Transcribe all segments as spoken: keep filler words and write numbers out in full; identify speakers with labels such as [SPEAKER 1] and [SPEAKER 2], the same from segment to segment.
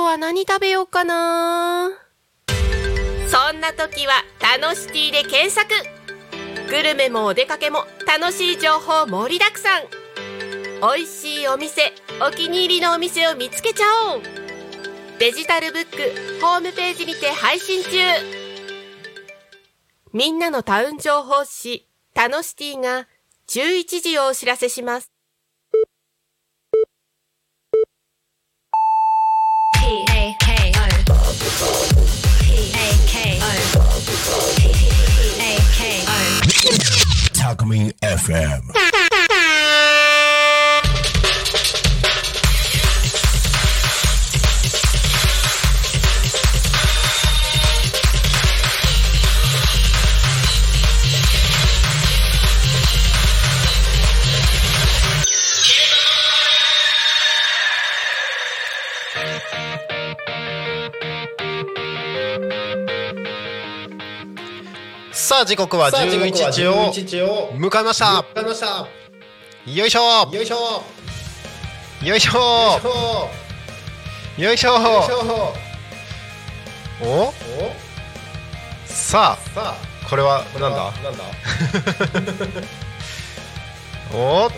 [SPEAKER 1] は何食べようかな。そんな時はタノシティで検索。グルメもお出かけも楽しい情報盛りだくさん。美味しいお店、お気に入りのお店を見つけちゃおう。デジタルブックホームページにて配信中。みんなのタウン情報誌タノシティがじゅういちじをお知らせします。
[SPEAKER 2] タコミン エフエム。
[SPEAKER 3] さあ時刻はじゅういちじを迎えました。よいしょよいしょよいしょよいしょ。おさあこれはなんだお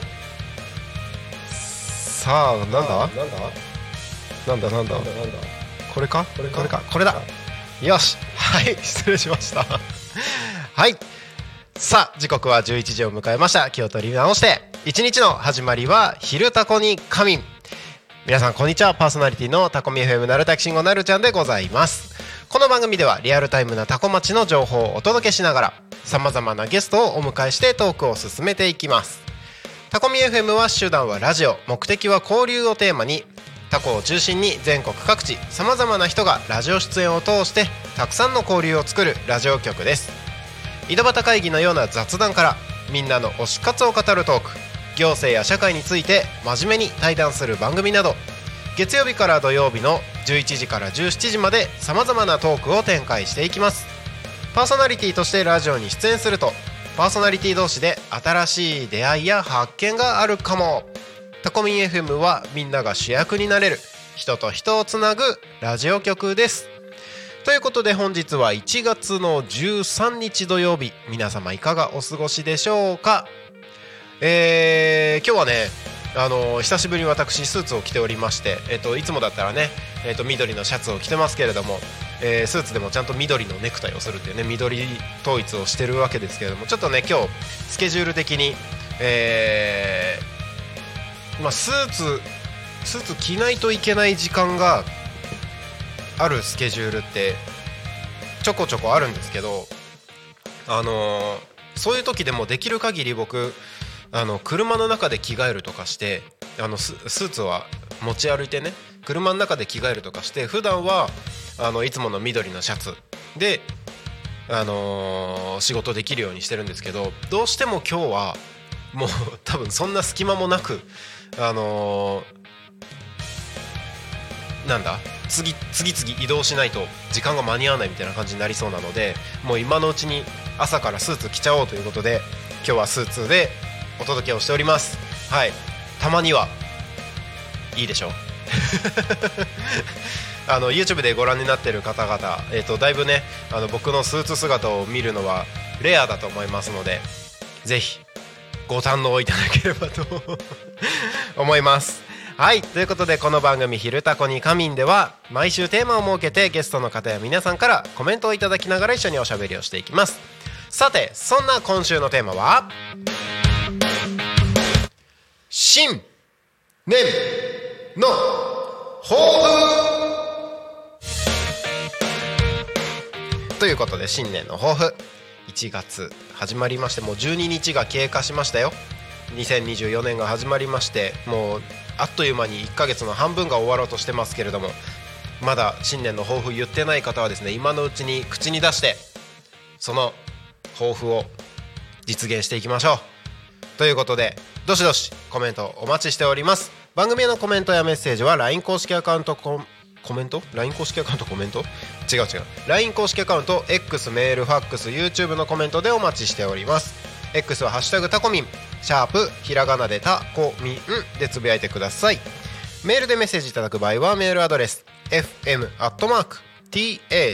[SPEAKER 3] さあなんだなんだなんだこれかこれかこれだ。よし、はい失礼しましたはい、さあ時刻はじゅういちじを迎えました。気を取り直して一日の始まりは昼タコに仮眠。皆さんこんにちは。パーソナリティのタコミ エフエム なるたきしんごなるちゃんでございます。この番組ではリアルタイムなタコ町の情報をお届けしながらさまざまなゲストをお迎えしてトークを進めていきます。タコミ エフエム は手段はラジオ、目的は交流をテーマにタコを中心に全国各地さまざまな人がラジオ出演を通してたくさんの交流を作るラジオ局です。井戸端会議のような雑談からみんなの推し活を語るトーク、行政や社会について真面目に対談する番組など、月曜日から土曜日のじゅういちじからじゅうしちじまでさまざまなトークを展開していきます。パーソナリティとしてラジオに出演するとパーソナリティ同士で新しい出会いや発見があるかも。タコミン エフエム はみんなが主役になれる人と人をつなぐラジオ局です。ということで本日はいちがつのじゅうさんにち土曜日、皆様いかがお過ごしでしょうか。えー、今日はねあのー、久しぶりに私スーツを着ておりまして、えっと、いつもだったらね、えっと、緑のシャツを着てますけれども、えー、スーツでもちゃんと緑のネクタイをするっていうね、緑統一をしてるわけですけれども、ちょっとね今日スケジュール的に、えーまあ、スーツスーツ着ないといけない時間があるスケジュールってちょこちょこあるんですけど、あのー、そういう時でもできる限り僕あの車の中で着替えるとかしてあの ス, スーツは持ち歩いてね車の中で着替えるとかして、普段はあのいつもの緑のシャツで、あのー、仕事できるようにしてるんですけど、どうしても今日はもう多分そんな隙間もなくあのー、なんだ次次々移動しないと時間が間に合わないみたいな感じになりそうなので、もう今のうちに朝からスーツ着ちゃおうということで今日はスーツでお届けをしております。はい、たまにはいいでしょうあの YouTube でご覧になっている方々、えーと、だいぶねあの僕のスーツ姿を見るのはレアだと思いますので、ぜひご堪能いただければと思います。はい、ということでこの番組昼タコに仮眠では毎週テーマを設けてゲストの方や皆さんからコメントをいただきながら一緒におしゃべりをしていきます。さてそんな今週のテーマは新年の抱負ということで、新年の抱負いちがつ始まりまして、もうじゅうににちが経過しましたよ。にせんにじゅうよねんが始まりまして、もうあっという間にいっかげつの半分が終わろうとしてますけれども、まだ新年の抱負言ってない方はですね、今のうちに口に出してその抱負を実現していきましょうということで、どしどしコメントお待ちしております。番組へのコメントやメッセージは ライン 公式アカウントココメント ライン 公式アカウントコメント違う違う ライン 公式アカウント X メールファックス YouTube のコメントでお待ちしております。 X はハッシュタグタコミンシャープひらがなでタコミンでつぶやいてください。 メールでメッセージいただく場合はメールアドレス エフエム アットマーク タ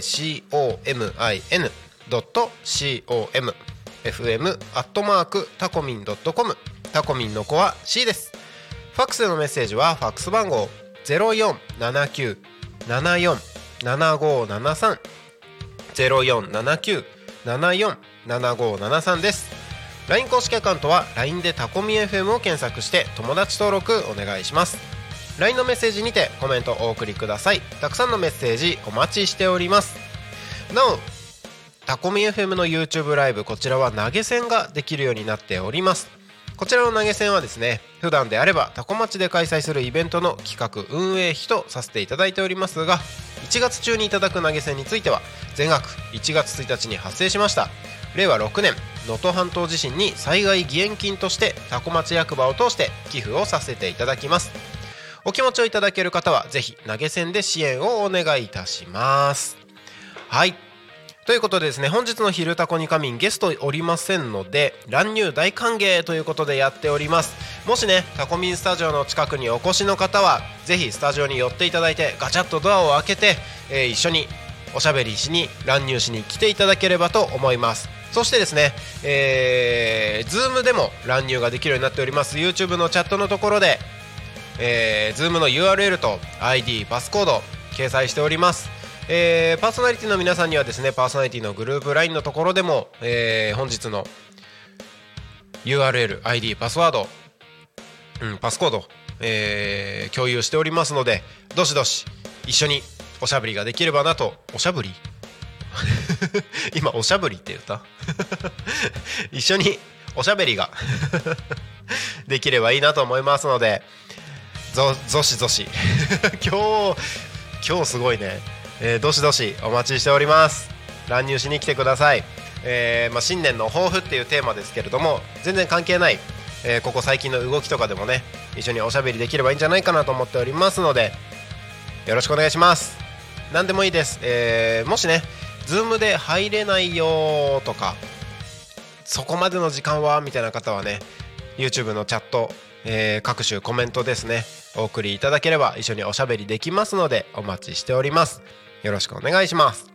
[SPEAKER 3] コミン エフエム アットマーク タコミン ドットコム タコミンの子は C です。ファックスでのメッセージはファックス番号 ゼロよんななきゅう ななよん ななごななさん ゼロよんななきゅう ななよん ななごななさんです。 ライン 公式アカウントは ライン でタコミン エフエム を検索して友達登録お願いします。 ライン のメッセージにてコメントをお送りください。たくさんのメッセージお待ちしております。なおタコミン エフエム の YouTube ライブ、こちらは投げ銭ができるようになっております。こちらの投げ銭はですね、普段であればタコ町で開催するイベントの企画運営費とさせていただいておりますが、いちがつ中にいただく投げ銭については全額いちがつついたちに発生しましたれいわろくねん能登半島地震に災害義援金としてタコ町役場を通して寄付をさせていただきます。お気持ちをいただける方はぜひ投げ銭で支援をお願いいたします。はい、ということでですね、本日の昼タコに仮眠ゲストおりませんので乱入大歓迎ということでやっております。もしねタコミンスタジオの近くにお越しの方はぜひスタジオに寄っていただいてガチャッとドアを開けて、えー、一緒におしゃべりしに乱入しに来ていただければと思います。そしてですね、えー、Zoom でも乱入ができるようになっております。 YouTube のチャットのところで、えー、Zoom の ユーアールエル と アイディー パスコード掲載しております。えー、パーソナリティの皆さんにはですね、パーソナリティのグループ ライン のところでも、えー、本日の ユーアールエル、アイディー、パスワード、うん、パスコード、えー、共有しておりますので、どしどし一緒におしゃべりができればなと。おしゃぶり今おしゃぶりって言った一緒におしゃべりができればいいなと思いますので、ぞぞしぞし今日今日すごいね、えー、どしどしお待ちしております。乱入しに来てください。えーまあ、新年の抱負っていうテーマですけれども、全然関係ない、えー、ここ最近の動きとかでもね一緒におしゃべりできればいいんじゃないかなと思っておりますので、よろしくお願いします。何でもいいです。えー、もしね Zoom で入れないよとか、そこまでの時間はみたいな方はね YouTube のチャット、えー、各種コメントですねお送りいただければ一緒におしゃべりできますのでお待ちしております。よろしくお願いします。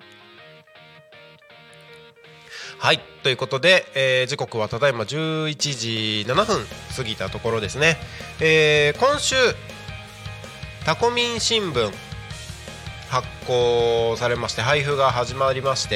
[SPEAKER 3] はい、ということで、えー、時刻はただいまじゅういちじななふん過ぎたところですね。えー、今週タコミン新聞発行されまして配布が始まりまして、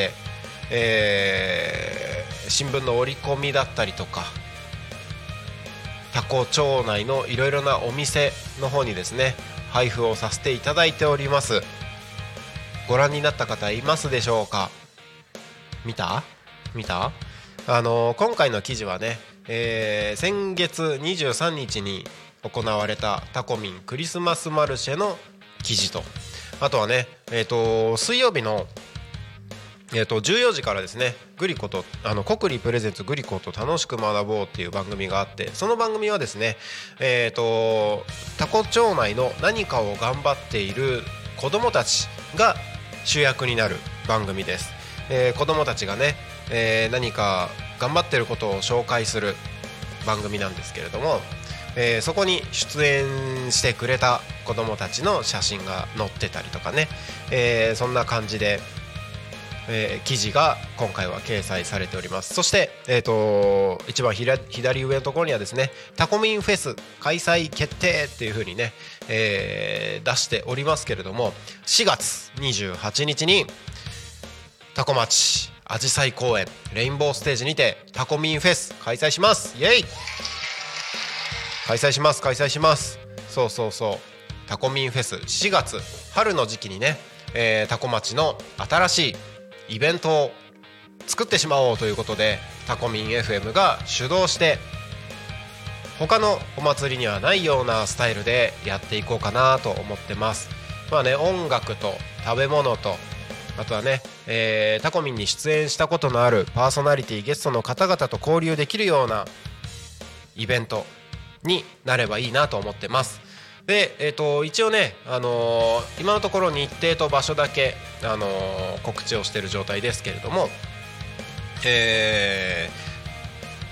[SPEAKER 3] えー、新聞の折り込みだったりとかタコ町内のいろいろなお店の方にですね配布をさせていただいております。ご覧になった方いますでしょうか。見た見たあのー、今回の記事はね、えー、先月にじゅうさんにちに行われたタコミンクリスマスマルシェの記事と、あとはね、えー、と水曜日の、えー、とじゅうよじからですねグリコとあのコクリプレゼンツグリコと楽しく学ぼうっていう番組があって、その番組はですね、えー、とタコ町内の何かを頑張っている子どもたちが主役になる番組です。えー、子どもたちがね、えー、何か頑張っていることを紹介する番組なんですけれども、えー、そこに出演してくれた子どもたちの写真が載ってたりとかね、えー、そんな感じで、えー、記事が今回は掲載されております。そして、えー、と一番左上のところにはですねタコミンフェス開催決定っていう風にね、えー、出しておりますけれども、しがつにじゅうはちにちにタコ町あじさい公園レインボーステージにてタコミンフェス開催します。イエイ開催します開催しますそうそうそうタコミンフェスしがつ春の時期にね、えー、タコ町の新しいイベントを作ってしまおうということでタコミン エフエム が主導して他のお祭りにはないようなスタイルでやっていこうかなと思ってます。まあね、音楽と食べ物とあとはね、えー、タコミンに出演したことのあるパーソナリティゲストの方々と交流できるようなイベントになればいいなと思ってます。で、えー、と一応ね、あのー、今のところ日程と場所だけ、あのー、告知をしている状態ですけれども、えー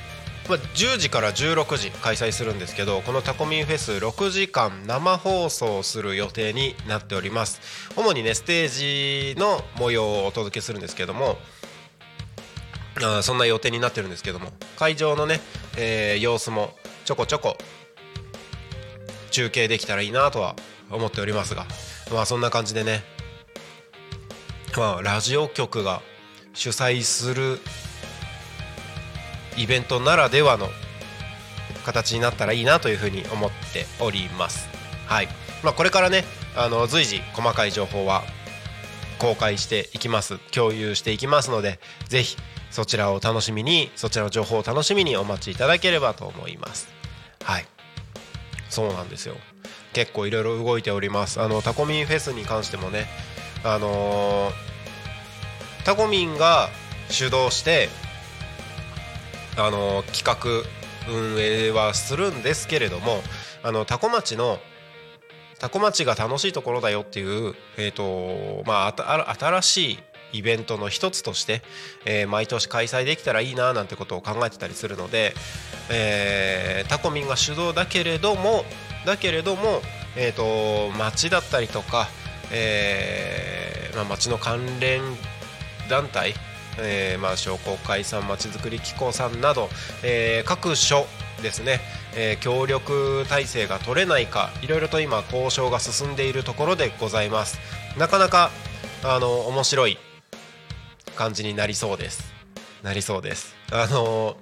[SPEAKER 3] まあ、じゅうじからじゅうろくじ開催するんですけど、このタコミンフェスろくじかん生放送する予定になっております。主にねステージの模様をお届けするんですけども、あそんな予定になってるんですけども、会場のね、えー、様子もちょこちょこ中継できたらいいなとは思っておりますが、まあそんな感じでね、まあラジオ局が主催するイベントならではの形になったらいいなというふうに思っております。はい、まあ、これからねあの随時細かい情報は公開していきます、共有していきますので、ぜひそちらを楽しみに、そちらの情報を楽しみにお待ちいただければと思います。はい、そうなんですよ。結構いろいろ動いております。あのタコミンフェスに関してもね、あのー、タコミンが主導してあのー、企画運営はするんですけれども、あのタコ町のタコ町が楽しいところだよっていう、えーとまあ、あ新しいイベントの一つとして、えー、毎年開催できたらいいななんてことを考えてたりするので、えー、タコミンが主導だけれどもだけれども、えーと町だったりとか、えーまあ、町の関連団体、えーまあ、商工会さん、まちづくり機構さんなど、えー、各所ですね、えー、協力体制が取れないか、いろいろと今交渉が進んでいるところでございます。なかなかあの面白い感じになりそうですなりそうですあのー、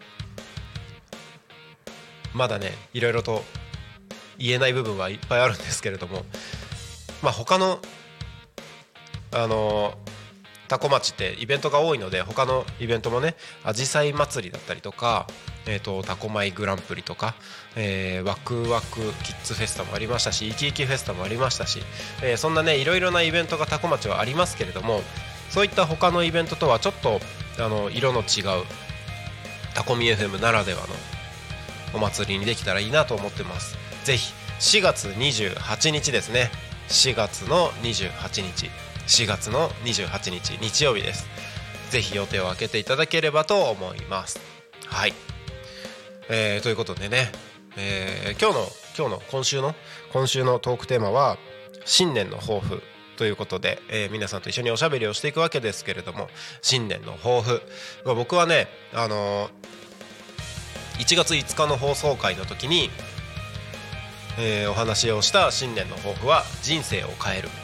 [SPEAKER 3] まだねいろいろと言えない部分はいっぱいあるんですけれども、まあ他のあのータコ町ってイベントが多いので、他のイベントもね、あじさい祭りだったりとか、えーとタコマイグランプリとか、えー、ワクワクキッズフェスタもありましたし、イキイキフェスタもありましたし、えー、そんなねいろいろなイベントがタコ町はありますけれども、そういった他のイベントとはちょっとあの色の違うタコミ エフエム ならではのお祭りにできたらいいなと思ってます。ぜひしがつにじゅうはちにちですね、しがつのにじゅうはちにちしがつのにじゅうはちにち日曜日です。ぜひ予定を空けていただければと思います。はい、えー、ということでね、えー、今日の今日の今週の今週のトークテーマは新年の抱負ということで、えー、皆さんと一緒におしゃべりをしていくわけですけれども、新年の抱負、まあ、僕はね、あのー、いちがついつかの放送回の時に、えー、お話をした新年の抱負は人生を変える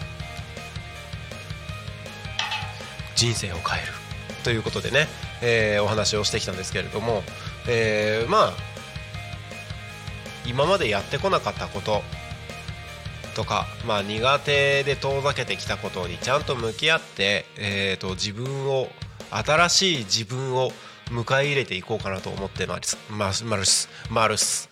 [SPEAKER 3] 人生を変えるということでね、えー、お話をしてきたんですけれども、えー、まあ今までやってこなかったこととか、まあ、苦手で遠ざけてきたことにちゃんと向き合って、えー、と自分を新しい自分を迎え入れていこうかなと思ってますマルスマルスマルス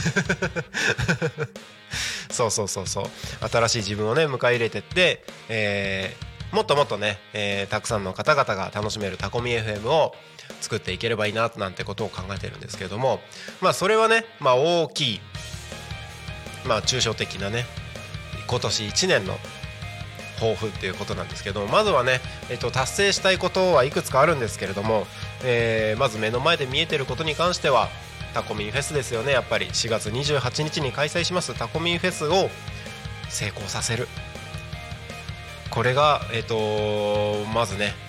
[SPEAKER 3] そうそうそうそう新しい自分をね迎え入れてって、えーもっともっとね、えー、たくさんの方々が楽しめるタコミ エフエム を作っていければいいななんてことを考えてるんですけれども、まあそれはね、まあ大きい、まあ抽象的なね今年いちねんの抱負っていうことなんですけども、まずはね、えー、と達成したいことはいくつかあるんですけれども、えー、まず目の前で見えてることに関してはタコミンフェスですよね。やっぱりしがつにじゅうはちにちに開催しますタコミンフェスを成功させる、これが、えー、とまずね、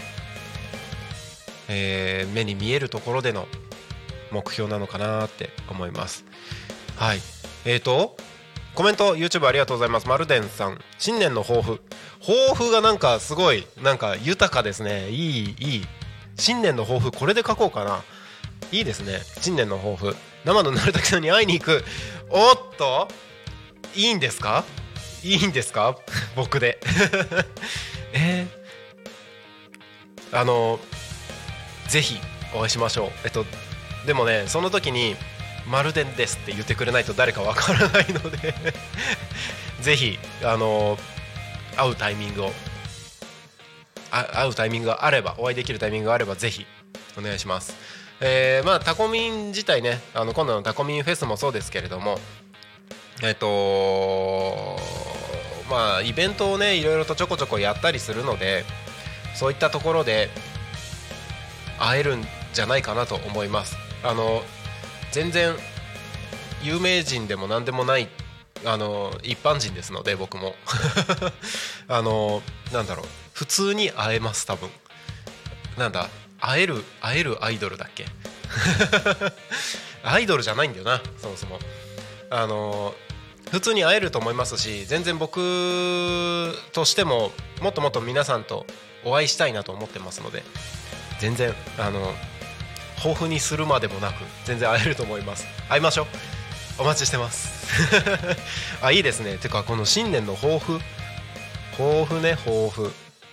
[SPEAKER 3] えー、目に見えるところでの目標なのかなって思います。はい、えーとコメント YouTube ありがとうございます。マルデンさん、新年の抱負抱負がなんかすごいなんか豊かですね。いいいい新年の抱負、これで書こうかな。いいですね。新年の抱負、生のなるたけさんに会いに行く。おっといいんですかいいんですか僕でえー、あのぜひお会いしましょう。えっとでもね、その時にまるでんですって言ってくれないと誰かわからないのでぜひあの会うタイミングをあ会うタイミングがあれば、お会いできるタイミングがあればぜひお願いします。えー、まあタコミン自体ね、あの今度のタコミンフェスもそうですけれども、えっとまあイベントをねいろいろとちょこちょこやったりするので、そういったところで会えるんじゃないかなと思います。あの全然有名人でも何でもないあの一般人ですので、僕もあのなんだろう、普通に会えます。多分なんだ会える会えるアイドルだっけアイドルじゃないんだよな、そもそも。あの普通に会えると思いますし、全然僕としてももっともっと皆さんとお会いしたいなと思ってますので、全然あの豊富にするまでもなく全然会えると思います。会いましょう。お待ちしてますあ、いいですね。てかこの新年の抱負、抱負ね、抱負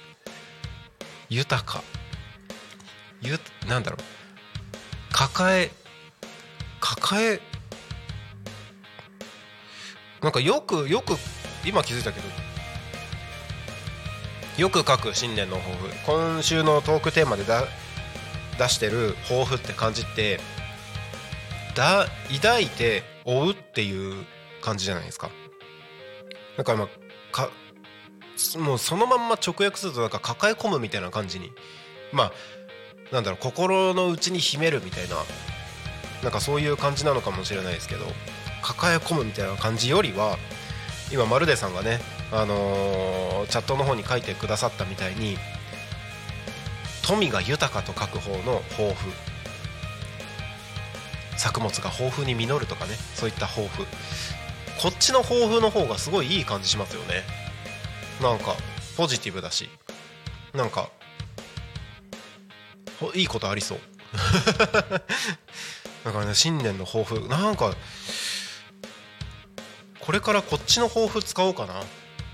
[SPEAKER 3] 豊か、ゆなんだろう、抱え抱えなんかよくよく今気づいたけど、よく書く新年の抱負、今週のトークテーマでだ出してる抱負って感じってだ抱いて追うっていう感じじゃないですか。だからまあかもうそのまんま直訳するとなんか抱え込むみたいな感じに、まあなんだろう、心の内に秘めるみたいな、なんかそういう感じなのかもしれないですけど、抱え込むみたいな感じよりは、今マルデさんがね、あのー、チャットの方に書いてくださったみたいに、富が豊かと書く方の抱負、作物が豊富に実るとかね、そういった抱負、こっちの抱負の方がすごいいい感じしますよね。なんかポジティブだし、なんかいいことありそうだからね、新年の抱負、なんかこれからこっちの抱負使おうかな。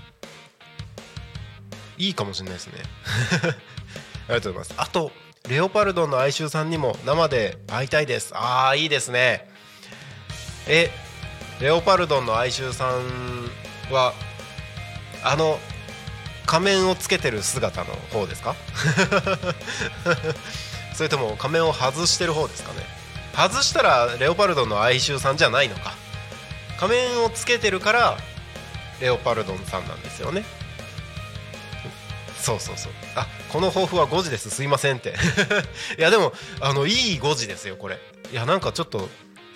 [SPEAKER 3] いいかもしれないですねありがとうございます。あとレオパルドンの哀愁さんにも生で会いたいです。ああ、いいですね。えレオパルドンの哀愁さんはあの仮面をつけてる姿の方ですかそれとも仮面を外してる方ですかね。外したらレオパルドンの哀愁さんじゃないのか。仮面をつけてるからレオパルドンさんなんですよね。そうそうそう。あ、この抱負はごじです、すいませんっていやでもあのいいごじですよこれ。いやなんかちょっと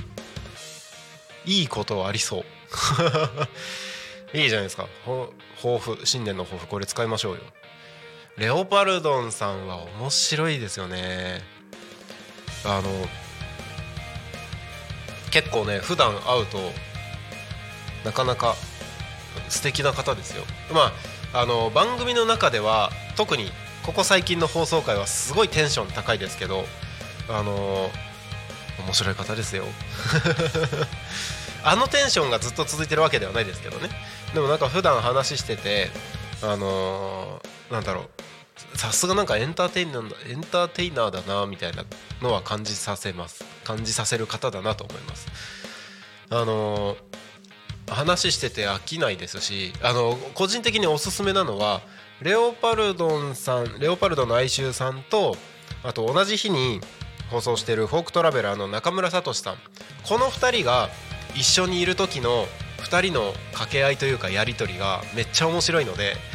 [SPEAKER 3] いいことありそういいじゃないですか。抱負、新年の抱負、これ使いましょうよ。レオパルドンさんは面白いですよね。あの結構ね、普段会うとなかなか素敵な方ですよ。まああの番組の中では特にここ最近の放送回はすごいテンション高いですけど、あの面白い方ですよあのテンションがずっと続いてるわけではないですけどね。でもなんか普段話してて、あのー、なんだろう、さすがなんかエンターテイナーエンターテイナーだなみたいなのは感じさせます感じさせる方だなと思います。あのー、話してて飽きないですし、あの個人的におすすめなのはレオパルドンさん、レオパルドンの哀愁さんと、あと同じ日に放送してるフォークトラベラーの中村聡さん、このふたりが一緒にいる時のふたりの掛け合いというかやり取りがめっちゃ面白いので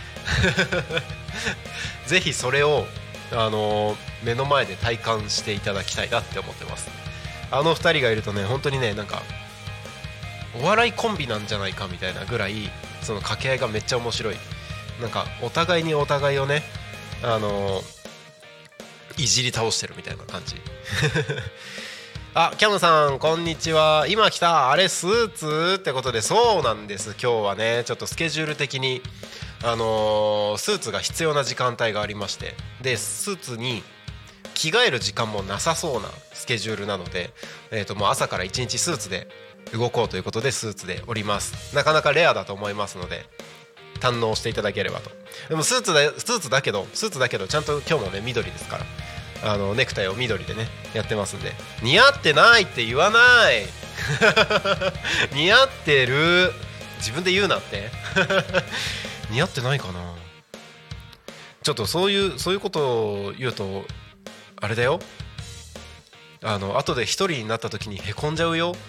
[SPEAKER 3] ぜひそれを、あのー、目の前で体感していただきたいなって思ってます。あのふたりがいるとね、本当にね、なんかお笑いコンビなんじゃないかみたいなぐらい、その掛け合いがめっちゃ面白い。なんかお互いにお互いをね、あのー、いじり倒してるみたいな感じあ、キャムさんこんにちは。今来たあれスーツってことで、そうなんです。今日はねちょっとスケジュール的に、あのー、スーツが必要な時間帯がありまして、でスーツに着替える時間もなさそうなスケジュールなので、えーともう朝から一日スーツで動こうということでスーツでおります。なかなかレアだと思いますので堪能していただければと。でもスーツだスーツだけどスーツだけどちゃんと今日もね緑ですから、あのネクタイを緑でねやってますんで、似合ってないって言わない似合ってる、自分で言うなって似合ってないかな。ちょっとそういうそういうことを言うとあれだよ、あの後で一人になった時にへこんじゃうよ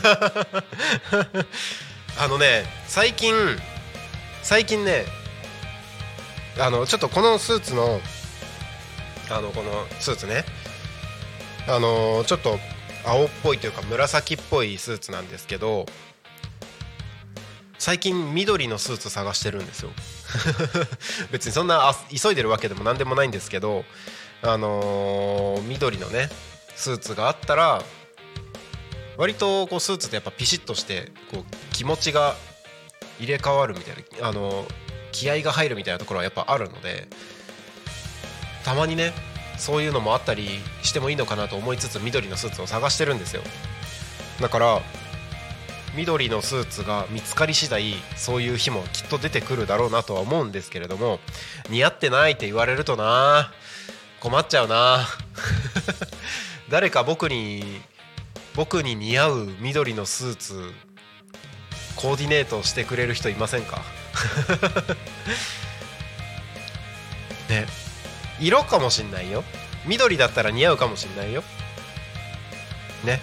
[SPEAKER 3] あのね最近最近ね、あのちょっとこのスーツのあのこのスーツね、あのちょっと青っぽいというか紫っぽいスーツなんですけど、最近緑のスーツ探してるんですよ別にそんな急いでるわけでも何でもないんですけど、あのー、緑のねスーツがあったら割とこうスーツってやっぱピシッとしてこう気持ちが入れ替わるみたいな、あのー、気合が入るみたいなところはやっぱあるので、たまにねそういうのもあったりしてもいいのかなと思いつつ緑のスーツを探してるんですよ。だから緑のスーツが見つかり次第そういう日もきっと出てくるだろうなとは思うんですけれども、似合ってないって言われるとな困っちゃうな誰か僕に僕に似合う緑のスーツコーディネートしてくれる人いませんかね、色かもしんないよ。緑だったら似合うかもしんないよね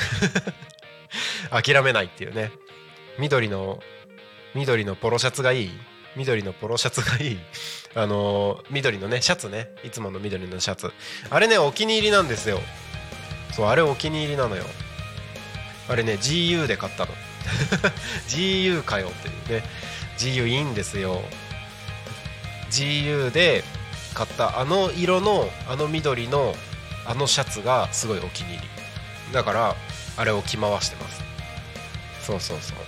[SPEAKER 3] 諦めないっていうね。緑の緑のポロシャツがいい緑のポロシャツがいいあのー、緑のねシャツね、いつもの緑のシャツ、あれねお気に入りなんですよ。そう、あれお気に入りなのよ。あれね ジーユー で買ったのジーユー かよっていうね。 ジーユー いいんですよ。 ジーユー で買ったあの色のあの緑のあのシャツがすごいお気に入りだから、あれを着回してます。そうそうそう。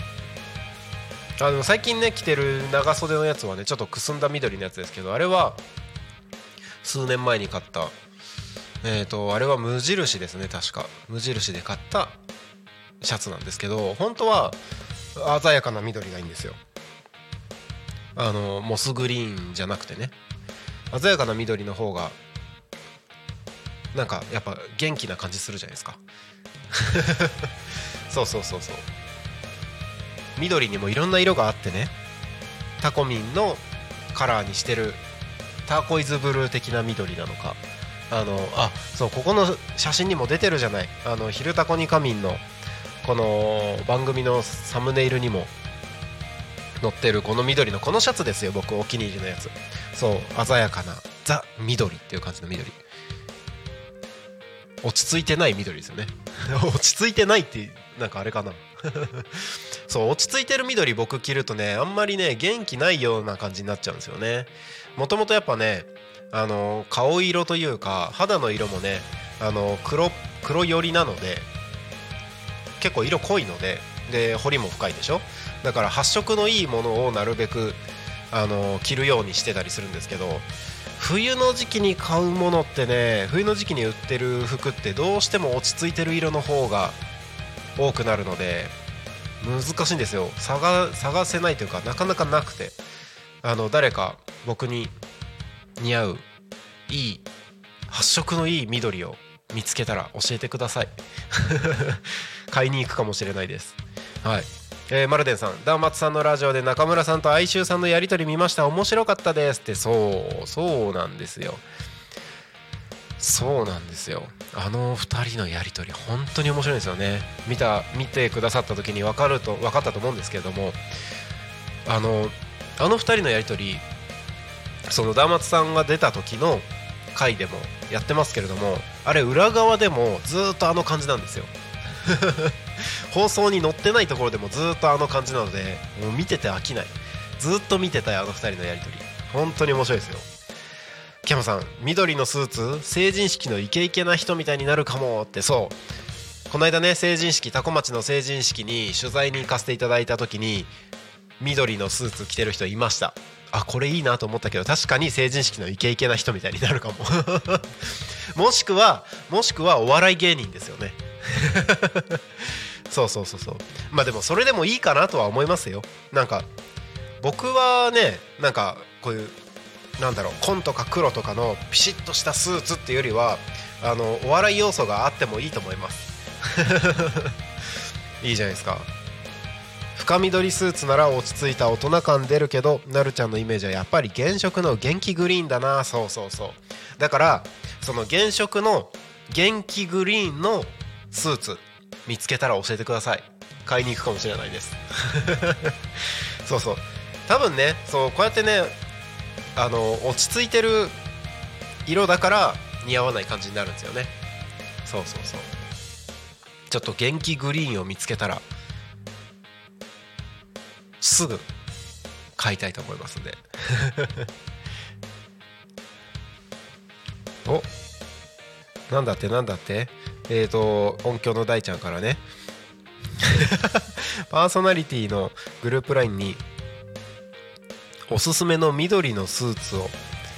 [SPEAKER 3] あの最近ね着てる長袖のやつはねちょっとくすんだ緑のやつですけど、あれは数年前に買ったえーとあれは無印ですね、確か無印で買ったシャツなんですけど、本当は鮮やかな緑がいいんですよ。あのモスグリーンじゃなくてね、鮮やかな緑の方がなんかやっぱ元気な感じするじゃないですかそうそうそうそう。緑にもいろんな色があってね、タコミンのカラーにしてるターコイズブルー的な緑なのか、あのあそうここの写真にも出てるじゃない、あのヒルタコニカミンのこの番組のサムネイルにも載ってるこの緑のこのシャツですよ、僕お気に入りのやつ。そう鮮やかなザ緑っていう感じの緑、落ち着いてない緑ですよね落ち着いてないってなんかあれかなそう落ち着いてる緑僕着るとねあんまりね元気ないような感じになっちゃうんですよね。もともとやっぱねあの顔色というか肌の色もねあの 黒, 黒寄りなので結構色濃いので、で彫りも深いでしょ。だから発色のいいものをなるべくあの着るようにしてたりするんですけど、冬の時期に買うものってね、冬の時期に売ってる服ってどうしても落ち着いてる色の方が多くなるので難しいんですよ。 探, 探せないというかなかなかなくて、あの誰か僕に似合ういい発色のいい緑を見つけたら教えてください買いに行くかもしれないです。はい、えー、マルデンさん、ダーマツさんのラジオで中村さんと哀愁さんのやりとり見ました、面白かったですって。そうそうなんですよ、そうなんですよ。あのふたりのやりとり本当に面白いですよね。見た見てくださった時に分かると分かったと思うんですけれども、あのあのふたりのやりとり、そのダーマツさんが出た時の回でもやってますけれども、あれ裏側でもずっとあの感じなんですよ放送に載ってないところでもずっとあの感じなので、もう見てて飽きない、ずっと見てたよあのふたりのやりとり、本当に面白いですよ。キャマさん、緑のスーツ成人式のイケイケな人みたいになるかもって。そうこの間ね成人式、タコ町の成人式に取材に行かせていただいた時に緑のスーツ着てる人いました。あ、これいいなと思ったけど、確かに成人式のイケイケな人みたいになるかももしくはもしくはお笑い芸人ですよねそうそうそうそう。まあでもそれでもいいかなとは思いますよ。なんか僕はね、なんかこういうなんだろう、紺とか黒とかのピシッとしたスーツっていうよりは、あのお笑い要素があってもいいと思いますいいじゃないですか。深緑スーツなら落ち着いた大人感出るけど、なるちゃんのイメージはやっぱり原色の元気グリーンだな。そうそうそう。だからその原色の元気グリーンのスーツ見つけたら教えてください。買いに行くかもしれないですそうそう、多分ね、そうこうやってね、あの落ち着いてる色だから似合わない感じになるんですよね。そうそうそう。 ちょっと元気グリーンを見つけたらすぐ買いたいと思いますんでお、なんだってなんだってえーと音響の大ちゃんからねパーソナリティのグループラインにおすすめの緑のスーツを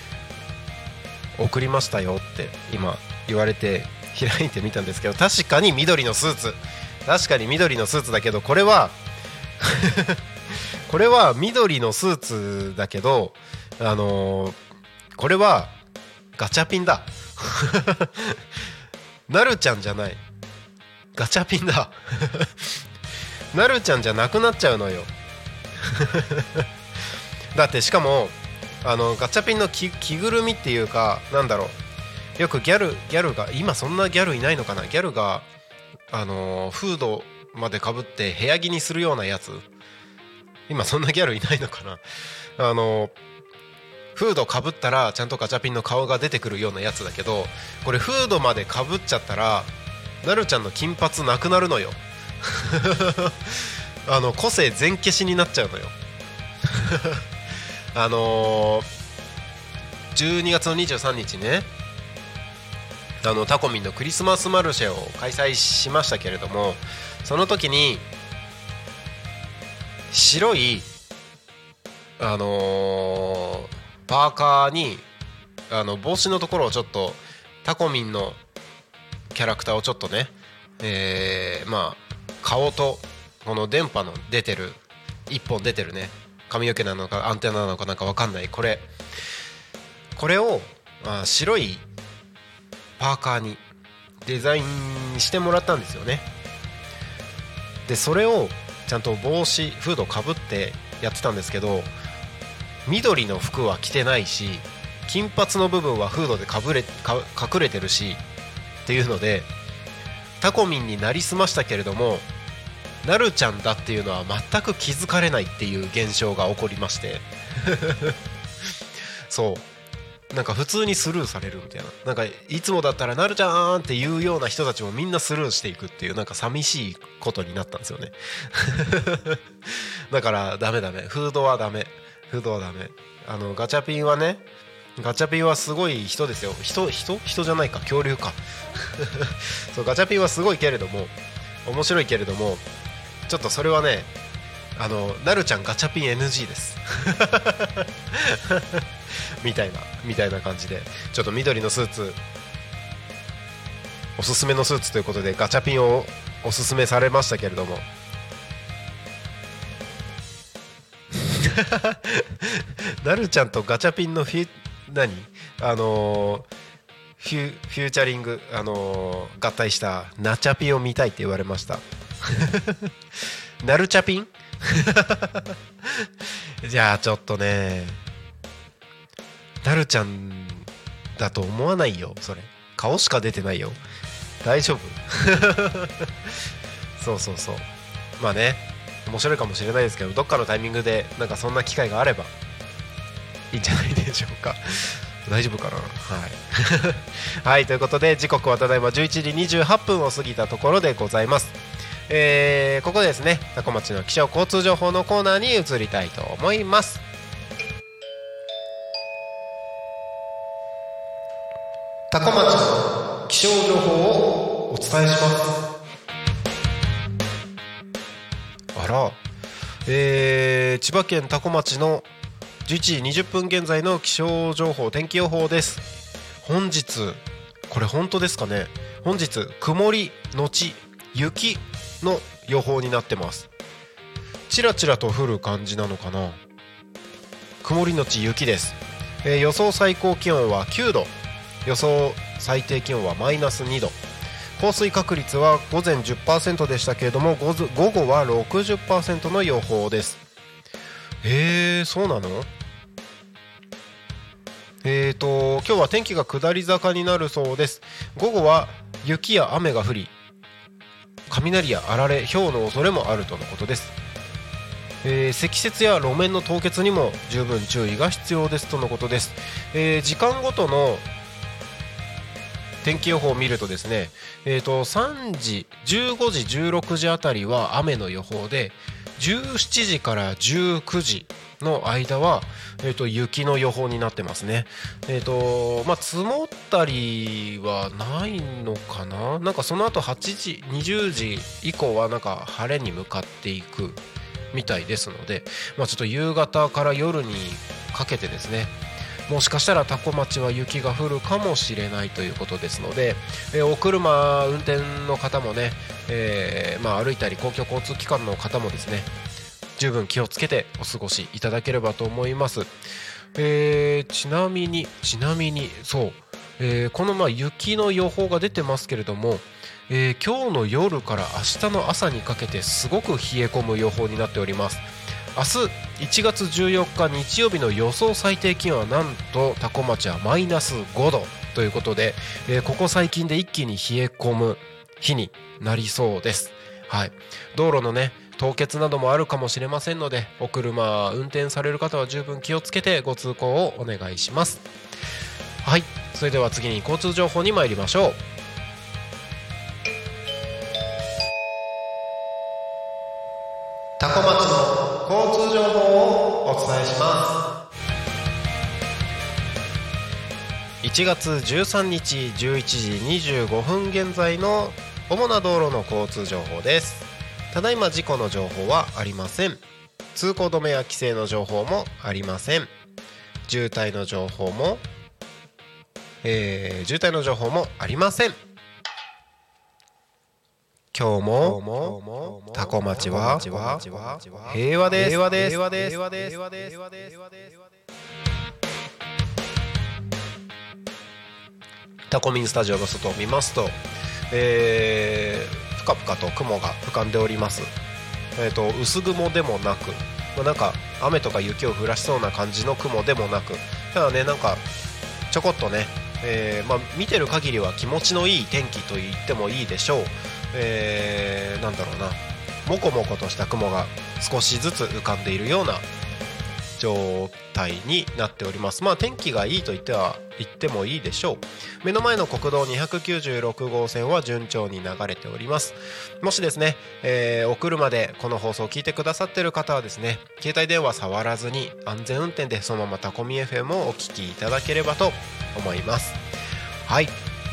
[SPEAKER 3] 送りましたよって今言われて開いてみたんですけど、確かに緑のスーツ確かに緑のスーツだけど、これはこれは緑のスーツだけど、あのー、これはガチャピンだなるちゃんじゃない、ガチャピンだなるちゃんじゃなくなっちゃうのよだってしかもあのガチャピンの 着, 着ぐるみっていうか、なんだろう、よくギャルギャルが、今そんなギャルいないのかな、ギャルがあのフードまでかぶって部屋着にするようなやつ、今そんなギャルいないのかな、あのフードかぶったらちゃんとガチャピンの顔が出てくるようなやつだけど、これフードまでかぶっちゃったらなるちゃんの金髪なくなるのよあの個性全消しになっちゃうのよあのー、じゅうにがつのにじゅうさんにちね、あのタコミンのクリスマスマルシェを開催しましたけれども、その時に白いあのー、パーカーにあの帽子のところをちょっとタコミンのキャラクターをちょっとね、えー、まあ顔とこの電波の出てる一本出てるね、髪の毛なのかアンテナなのかなんか分かんない、これこれをあ白いパーカーにデザインしてもらったんですよね。でそれをちゃんと帽子フードかぶってやってたんですけど、緑の服は着てないし、金髪の部分はフードでかぶれか隠れてるしっていうので、タコミンになりすましたけれどもなるちゃんだっていうのは全く気づかれないっていう現象が起こりましてそうなんか普通にスルーされるみたいな、なんかいつもだったらなるちゃんっていうような人たちもみんなスルーしていくっていう、なんか寂しいことになったんですよねだからダメダメ、フードはダメ、フードはダメ。あのガチャピンはね、ガチャピンはすごい人ですよ。人人人じゃないか、恐竜かそうガチャピンはすごいけれども面白いけれども、ちょっとそれはね、あのなるちゃんガチャピン エヌジー ですみたいなみたいな感じで、ちょっと緑のスーツおすすめのスーツということでガチャピンをおすすめされましたけれどもなるちゃんとガチャピンのフィ何あのー、フュ, フューチャリング、あのー、合体したナチャピンを見たいって言われましたナルチャピンじゃあちょっとね、なるちゃんだと思わないよ、それ顔しか出てないよ、大丈夫そうそうそう、まあね面白いかもしれないですけど、どっかのタイミングでなんかそんな機会があればいいんじゃないでしょうか大丈夫かな、はいはい、ということで時刻はただいまじゅういちじにじゅうはっぷんを過ぎたところでございます。えー、ここでですね、多古町の気象交通情報のコーナーに移りたいと思います。多古町の気象情報をお伝えします。あら、えー、千葉県多古町のじゅういちじにじゅっぷん現在の気象情報、天気予報です。本日これ本当ですかね、本日曇りのち雪の予報になってます。ちらちらと降る感じなのかな。曇りのち雪です。えー、予想最高気温はきゅうど、予想最低気温はマイナスにど、降水確率は午前 じゅっパーセント でしたけれども、午後は ろくじゅっパーセント の予報です。へー、そうなの。えーと今日は天気が下り坂になるそうです。午後は雪や雨が降り、雷やあられ、雹の恐れもあるとのことです。えー、積雪や路面の凍結にも十分注意が必要ですとのことです。えー、時間ごとの天気予報を見るとですね、えーとさんじじゅうごじじゅうろくじあたりは雨の予報で、じゅうしちじからじゅうくじの間は、えーと雪の予報になってますね。えーとまあ、積もったりはないのかな。なんかその後はちじにじゅうじ以降はなんか晴れに向かっていくみたいですので、まあ、ちょっと夕方から夜にかけてですね、もしかしたら多古町は雪が降るかもしれないということですので、えー、お車運転の方もね、えーまあ、歩いたり公共交通機関の方もですね、十分気をつけてお過ごしいただければと思います。えー、ちなみにちなみにそう、えー、このまあ雪の予報が出てますけれども、えー、今日の夜から明日の朝にかけてすごく冷え込む予報になっております。明日いちがつじゅうよっか日曜日の予想最低気温はなんと多古町はマイナスごどということで、えー、ここ最近で一気に冷え込む日になりそうです。はい、道路のね凍結などもあるかもしれませんので、お車運転される方は十分気をつけてご通行をお願いします。はい、それでは次に交通情報に参りましょう。多古町の交通情報をお伝えします。いちがつじゅうさんにちじゅういちじにじゅうごふん現在の主な道路の交通情報です。ただいま事故の情報はありません。通行止めや規制の情報もありません。渋滞の情報も、えー、渋滞の情報もありません。今日も多古町は平和です。平和です。平和です。平和です。平和です。平和です。タコミンスタジオの外を見ますと、えー、ぷかぷかと雲が浮かんでおります。えーと、薄雲でもなく、まあ、なんか雨とか雪を降らしそうな感じの雲でもなく、ただね、なんかちょこっとね、えーまあ、見てる限りは気持ちのいい天気と言ってもいいでしょう。えー、なんだろうな、もこもことした雲が少しずつ浮かんでいるような状態になっております。まあ天気がいいと言っては言ってもいいでしょう。目の前の国道にひゃくきゅうじゅうろくごうせんは順調に流れております。もしですね、えー、お車でこの放送を聞いてくださっている方はですね、携帯電話触らずに安全運転でそのままタコミ エフエム をお聞きいただければと思います。はい、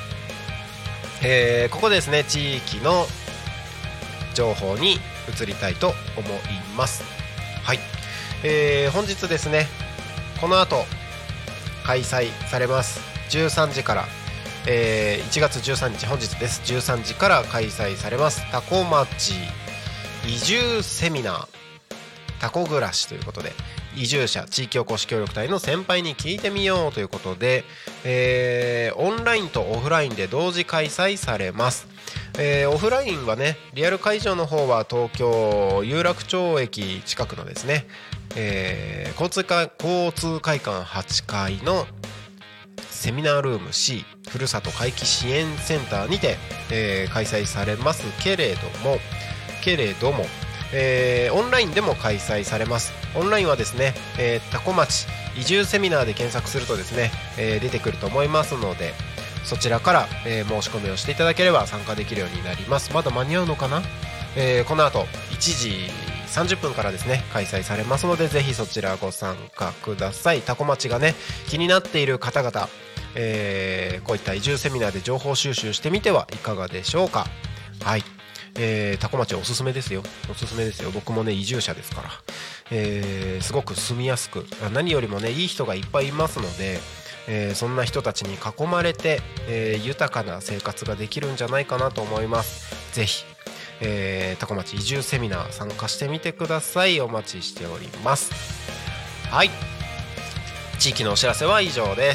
[SPEAKER 3] えー、ここでですね、地域の情報に移りたいと思います。はい、えー、本日ですね、この後開催されますじゅうさんじから、えー、いちがつじゅうさんにち本日です。じゅうさんじから開催されます多古町移住セミナー、タコ暮らしということで、移住者地域おこし協力隊の先輩に聞いてみようということで、えー、オンラインとオフラインで同時開催されます。えー、オフラインはね、リアル会場の方は東京有楽町駅近くのですね、えー、交通会交通会館はちかいのセミナールーム C ふるさと回帰支援センターにて、えー、開催されますけれどもけれどもえー、オンラインでも開催されます。オンラインはですね、えー、多古町移住セミナーで検索するとですね、えー、出てくると思いますので、そちらから、えー、申し込みをしていただければ参加できるようになります。まだ間に合うのかな、えー、この後いちじさんじゅっぷんからですね開催されますので、ぜひそちらご参加ください。多古町がね気になっている方々、えー、こういった移住セミナーで情報収集してみてはいかがでしょうか。はい、えー、多古町おすすめですよ。おすすめですよ。僕もね移住者ですから、えー、すごく住みやすく、何よりもねいい人がいっぱいいますので、えー、そんな人たちに囲まれて、えー、豊かな生活ができるんじゃないかなと思います。ぜひ、えー、多古町移住セミナー参加してみてください。お待ちしております。はい、地域のお知らせは以上です。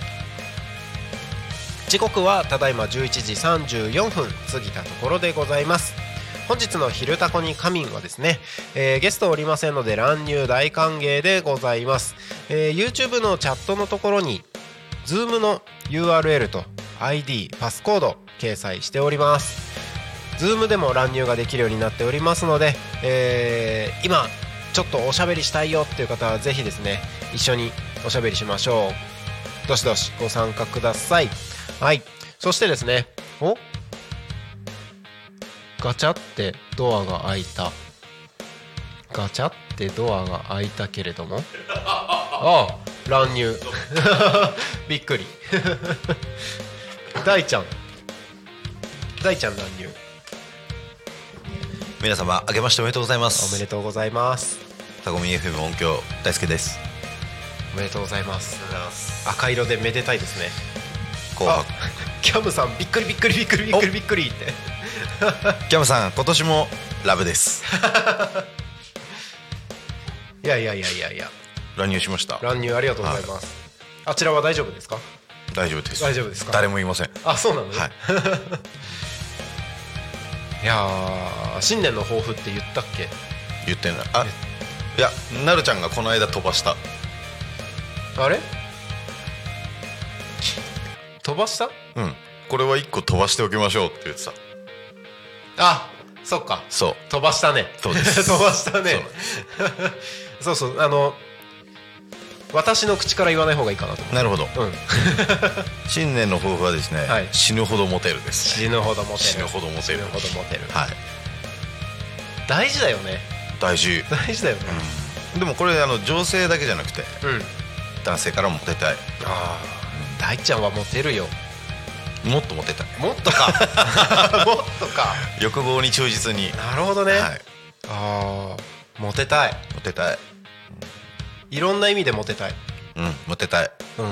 [SPEAKER 3] 時刻はただいまじゅういちじさんじゅうよんぷん過ぎたところでございます。本日の昼タコに仮眠はですね、えー、ゲストおりませんので乱入大歓迎でございます。えー、YouTube のチャットのところに Zoom の ユーアールエル と アイディー パスコード掲載しております。 Zoom でも乱入ができるようになっておりますので、えー、今ちょっとおしゃべりしたいよっていう方はぜひですね一緒におしゃべりしましょう。どしどしご参加ください。はい、 そしてですね、おガチャってドアが開いた。ガチャってドアが開いたけれども、ああ乱入びっくり大ちゃん大ちゃん乱入。
[SPEAKER 2] 皆様明けましておめでとうございます。
[SPEAKER 3] おめでとうございます。
[SPEAKER 2] タコミ エフエム 音響大輔です。
[SPEAKER 3] おめでとうございます。赤色でめでたいですね。
[SPEAKER 2] 紅白
[SPEAKER 3] キャムさんびっくりびっくりびっくりびっくりびっくりって
[SPEAKER 2] キャムさん今年もラブです
[SPEAKER 3] いやいやいやいやいや
[SPEAKER 2] 乱入しました。
[SPEAKER 3] 乱入ありがとうございます、はい、あちらは大丈夫ですか？
[SPEAKER 2] 大丈夫です。
[SPEAKER 3] 大丈夫ですか？
[SPEAKER 2] 誰もいません。
[SPEAKER 3] あ、そうなのね、
[SPEAKER 2] はい
[SPEAKER 3] いやー新年の抱負って言ったっけ？
[SPEAKER 2] 言ってんだ。あ、いや、なるちゃんがこの間飛ばした。
[SPEAKER 3] あれ飛ばした？
[SPEAKER 2] うん、これはいっこ飛ばしておきましょうって言ってた。
[SPEAKER 3] あ、そっか、
[SPEAKER 2] そう
[SPEAKER 3] 飛ばしたね。
[SPEAKER 2] そうです
[SPEAKER 3] 飛ばしたねそうそう、あの私の口から言わない方がいいかなと思う。
[SPEAKER 2] なるほど、
[SPEAKER 3] うん、
[SPEAKER 2] 新年の抱負はですね、はい、死ぬほどモテるですね。
[SPEAKER 3] 死ぬほどモテる
[SPEAKER 2] 死ぬほどモテる
[SPEAKER 3] 死ぬほどモテる、
[SPEAKER 2] はい、
[SPEAKER 3] 大事だよね。
[SPEAKER 2] 大事
[SPEAKER 3] 大事だよね、
[SPEAKER 2] うん、でもこれあの女性だけじゃなくて、うん、男性からもモテたい。
[SPEAKER 3] ああ、大ちゃんはモテるよ。
[SPEAKER 2] もっとモテたい。
[SPEAKER 3] もっとかもっとか
[SPEAKER 2] 欲望に忠実に。
[SPEAKER 3] なるほどね、はい、ああ、モテたい
[SPEAKER 2] モテたい、
[SPEAKER 3] いろんな意味でモテたい。
[SPEAKER 2] うん、モテたい。うん、うん、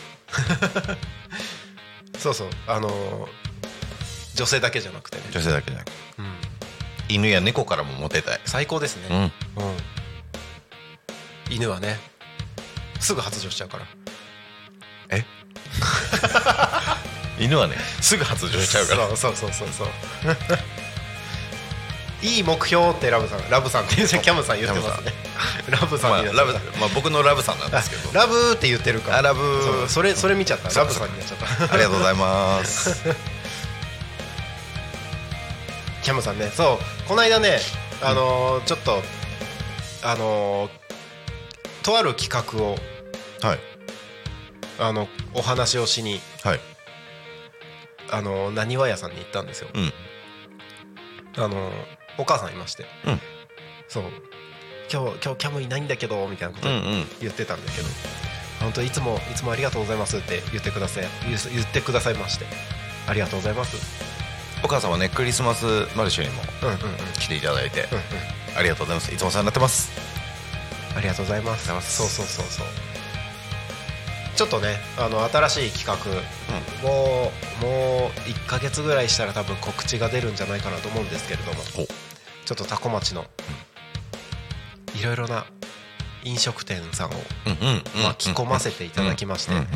[SPEAKER 3] そうそう、あのー、女性だけじゃなくてね。
[SPEAKER 2] 女性だけじゃなくて、うん、犬や猫からもモテたい。
[SPEAKER 3] 最高ですね、うんうん、犬はねすぐ発情しちゃうから。
[SPEAKER 2] え犬はねすぐ発情しちゃうから。
[SPEAKER 3] そうそうそうそういい目標ってラブさんラブさんってキャムさん言ってますね。ラブさんになっちゃった、まあラブ、まあ、僕のラブさんなんですけどラブって言ってるから。あ、ラブ、そう、それそれ見ちゃった。ラブさんになっちゃった
[SPEAKER 2] ありがとうございます
[SPEAKER 3] キャムさんね、そうこの間ね、あのーうん、ちょっとあのー、とある企画を、はい、あのお話をしに、はい、あのなにわ屋さんに行ったんですよ、うん、あのお母さんいまして、うん、そう今日今日キャムいないんだけどみたいなこと言ってたんだけど、うんうん、本当いつもいつもありがとうございますって言ってください言ってくださいまして、ありがとうございます。
[SPEAKER 2] お母さんはねクリスマスマルシェにも来ていただいて、うんうんうん、ありがとうございます。いつもお世話になってます。
[SPEAKER 3] ありがとうございます。そうそうそうそう、ちょっとね、あの新しい企画、うん、もうもういっかげつぐらいしたら多分告知が出るんじゃないかなと思うんですけれども、ちょっとタコ町のいろいろな飲食店さんを巻き込ませていただきまして、はい、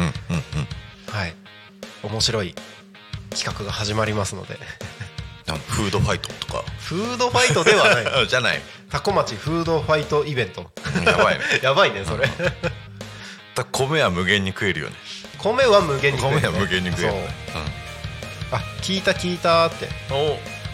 [SPEAKER 3] 面白い企画が始まりますので
[SPEAKER 2] フードファイトとか。
[SPEAKER 3] フードファイトではない
[SPEAKER 2] じゃない、
[SPEAKER 3] タコ町フードファイトイベント
[SPEAKER 2] やばいね
[SPEAKER 3] やばいねそれ
[SPEAKER 2] 米は無限に食えるよね。
[SPEAKER 3] 米は無限に食える、ね、
[SPEAKER 2] 米は無限に食える、ね、
[SPEAKER 3] うん、あ、聞いた聞いたって。お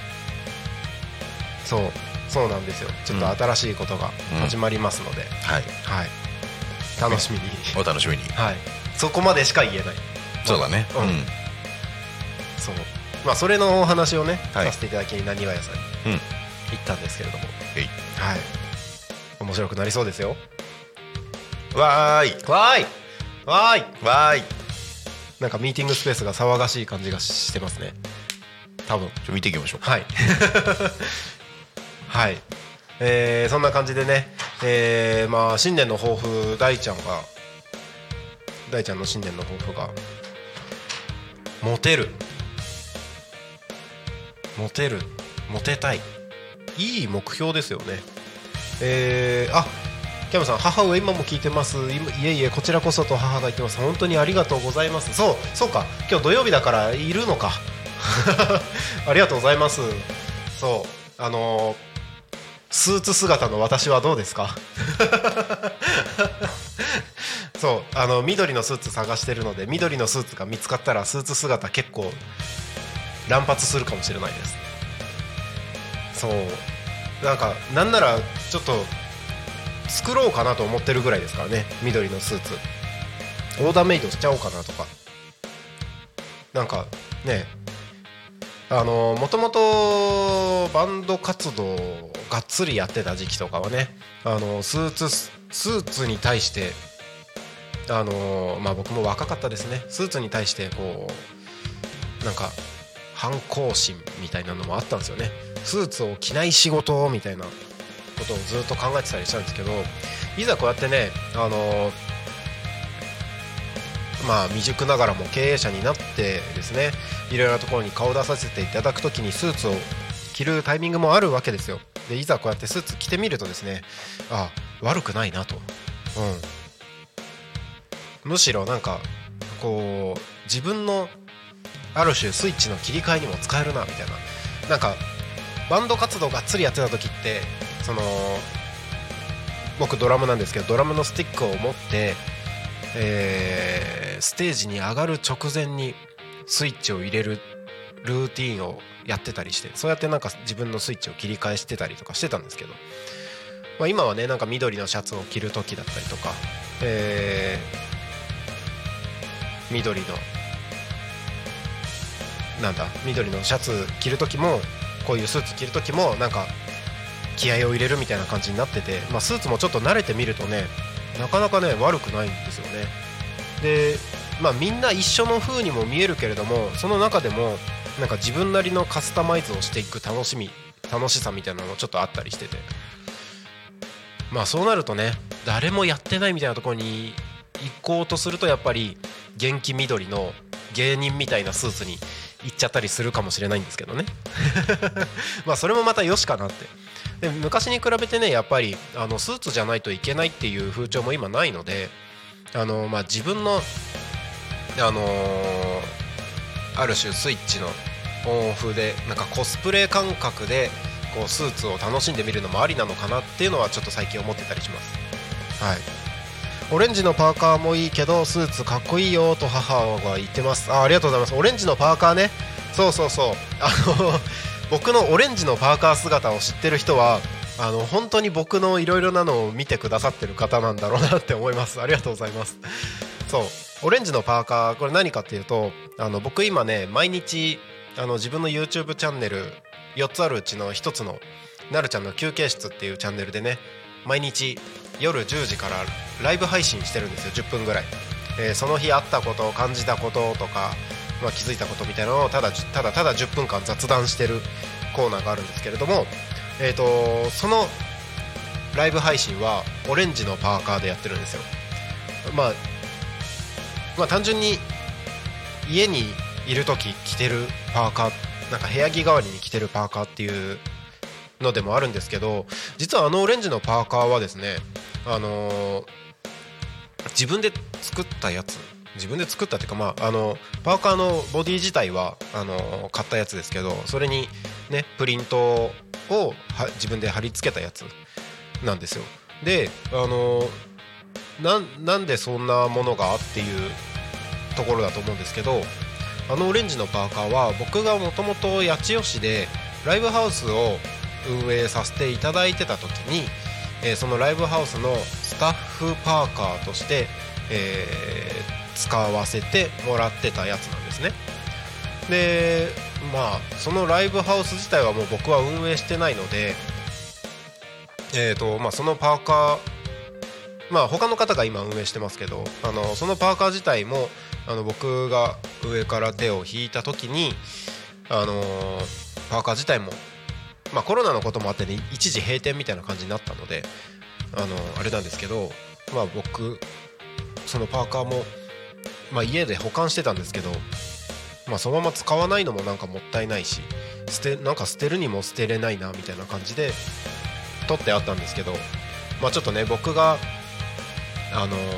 [SPEAKER 3] そうそうなんですよ。ちょっと新しいことが始まりますので、うん、はい、はい、楽しみに
[SPEAKER 2] お楽しみに、
[SPEAKER 3] はい、そこまでしか言えない。
[SPEAKER 2] そうだね、うん、うん、
[SPEAKER 3] そう、まあそれのお話をね、はい、させていただきになにわ屋さんに行ったんですけれども、うん、はい、面白くなりそうですよ。
[SPEAKER 2] わーい
[SPEAKER 3] わーいわーい
[SPEAKER 2] わーい。
[SPEAKER 3] なんかミーティングスペースが騒がしい感じがしてますね。多分
[SPEAKER 2] ちょ見ていきましょうか。
[SPEAKER 3] はいはい、えー、そんな感じでね、えー、まあ新年の抱負、大ちゃんが大ちゃんの新年の抱負がモテるモテるモテたい、いい目標ですよね。えー、あ、キャムさん、母上今も聞いてます。いえいえ、こちらこそと母が言ってます。本当にありがとうございます。そうそうか、今日土曜日だからいるのかありがとうございます。そう、あのー、スーツ姿の私はどうですかそう、あの緑のスーツ探してるので、緑のスーツが見つかったらスーツ姿結構乱発するかもしれないです。そう、なんかなんならちょっと作ろうかなと思ってるぐらいですからね。緑のスーツオーダーメイドしちゃおうかなとか、なんかねあのもともとバンド活動をがっつりやってた時期とかはねあのスーツスーツに対してあのまあ僕も若かったですね。スーツに対してこうなんか反抗心みたいなのもあったんですよね。スーツを着ない仕事みたいなことをずっと考えてたりしたんですけど、いざこうやってねあのまあ未熟ながらも経営者になってですねいろいろなところに顔を出させていただくときにスーツを着るタイミングもあるわけですよ。でいざこうやってスーツ着てみるとですねあ悪くないなと、うん、むしろなんかこう自分のある種スイッチの切り替えにも使えるなみたいな。なんかバンド活動がっつりやってた時ってその僕ドラムなんですけどドラムのスティックを持って、えー、ステージに上がる直前にスイッチを入れるルーティーンをやってたりして、そうやってなんか自分のスイッチを切り替えしてたりとかしてたんですけど、まあ、今はねなんか緑のシャツを着る時だったりとか、えー、緑のなんだ緑のシャツ着る時もこういうスーツ着る時もなんか気合を入れるみたいな感じになってて、まあ、スーツもちょっと慣れてみるとねなかなかね悪くないんですよね。でまあみんな一緒の風にも見えるけれどもその中でもなんか自分なりのカスタマイズをしていく楽しみ楽しさみたいなのもちょっとあったりしてて、まあそうなるとね誰もやってないみたいなところに行こうとするとやっぱり元気緑の芸人みたいなスーツに行っちゃったりするかもしれないんですけどねまあそれもまたよしかなって。で昔に比べてねやっぱりあのスーツじゃないといけないっていう風潮も今ないのであの、まあ、自分の、あのー、ある種スイッチのオンオフでなんかコスプレ感覚でこうスーツを楽しんでみるのもありなのかなっていうのはちょっと最近思ってたりします。はい、オレンジのパーカーもいいけどスーツかっこいいよと母が言ってます。 あ, ありがとうございます。オレンジのパーカーね、そうそうそうあの僕のオレンジのパーカー姿を知ってる人はあの本当に僕のいろいろなのを見てくださってる方なんだろうなって思います。ありがとうございます。そうオレンジのパーカーこれ何かっていうとあの僕今ね毎日あの自分の YouTube チャンネルよっつあるうちのひとつのなるちゃんの休憩室っていうチャンネルでね毎日夜じゅうじからライブ配信してるんですよ。じゅっぷんぐらい、えー、その日あったこと感じたこととか、まあ、気づいたことみたいなのをただただただじゅっぷんかん雑談してるコーナーがあるんですけれども、えーとそのライブ配信はオレンジのパーカーでやってるんですよ。まあ、まあ単純に家にいる時着てるパーカーなんか部屋着代わりに着てるパーカーっていうのでもあるんですけど、実はあのオレンジのパーカーはですねあのー、自分で作ったやつ自分で作ったっていうか、まあ、あのパーカーのボディ自体はあの買ったやつですけどそれにねプリントをは自分で貼り付けたやつなんですよ。であのな, なんでそんなものがっていうところだと思うんですけどあのオレンジのパーカーは僕がもともと八千代市でライブハウスを運営させていただいてた時に、えー、そのライブハウスのスタッフパーカーとして、えー、使わせてもらってたやつなんですね。でまあそのライブハウス自体はもう僕は運営してないのでえーとまあ、そのパーカーまあ他の方が今運営してますけどあのそのパーカー自体もあの僕が上から手を引いた時にあのパーカー自体もまあコロナのこともあってね一時閉店みたいな感じになったのであのあれなんですけどまあ僕そのパーカーもまあ家で保管してたんですけどまあそのまま使わないのもなんかもったいないし捨てなんか捨てるにも捨てれないなみたいな感じで取ってあったんですけど、まあ、ちょっとね僕があの